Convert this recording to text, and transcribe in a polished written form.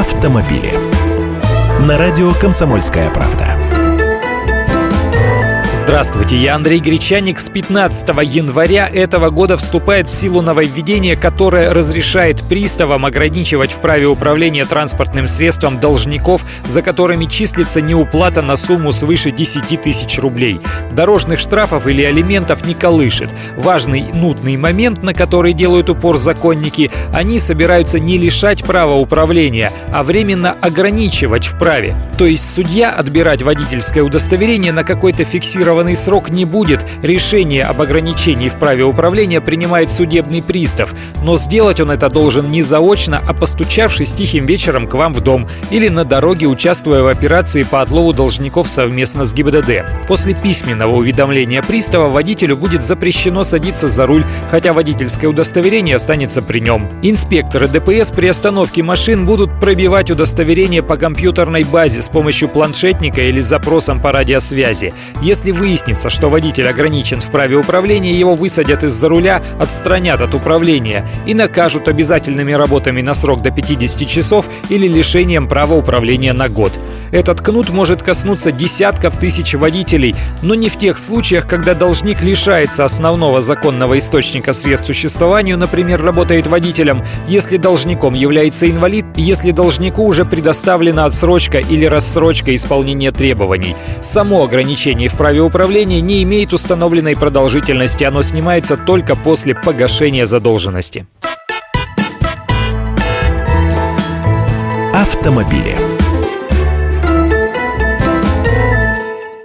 автомобили. На радио «Комсомольская правда». Здравствуйте, я Андрей Гречаник. С 15 января этого года вступает в силу нововведение, которое разрешает приставам ограничивать в праве управления транспортным средством должников, за которыми числится неуплата на сумму свыше 10 тысяч рублей. Дорожных штрафов или алиментов не колышет. Важный нудный момент, на который делают упор законники: они собираются не лишать права управления, а временно ограничивать в праве. То есть судья отбирать водительское удостоверение на какой-то фиксированный срок не будет. Решение об ограничении в праве управления принимает судебный пристав. Но сделать он это должен не заочно, а постучавшись тихим вечером к вам в дом или на дороге, участвуя в операции по отлову должников совместно с ГИБДД. После письменного уведомления пристава водителю будет запрещено садиться за руль, хотя водительское удостоверение останется при нем. Инспекторы ДПС при остановке машин будут пробивать удостоверение по компьютерной базе с помощью планшетника или запросом по радиосвязи. Если выяснится, что водитель ограничен в праве управления, его высадят из-за руля, отстранят от управления и накажут обязательными работами на срок до 50 часов или лишением права управления на год. Этот кнут может коснуться десятков тысяч водителей, но не в тех случаях, когда должник лишается основного законного источника средств существованию, например, работает водителем, если должником является инвалид, если должнику уже предоставлена отсрочка или рассрочка исполнения требований. Само ограничение в праве управления не имеет установленной продолжительности, оно снимается только после погашения задолженности. Автомобили.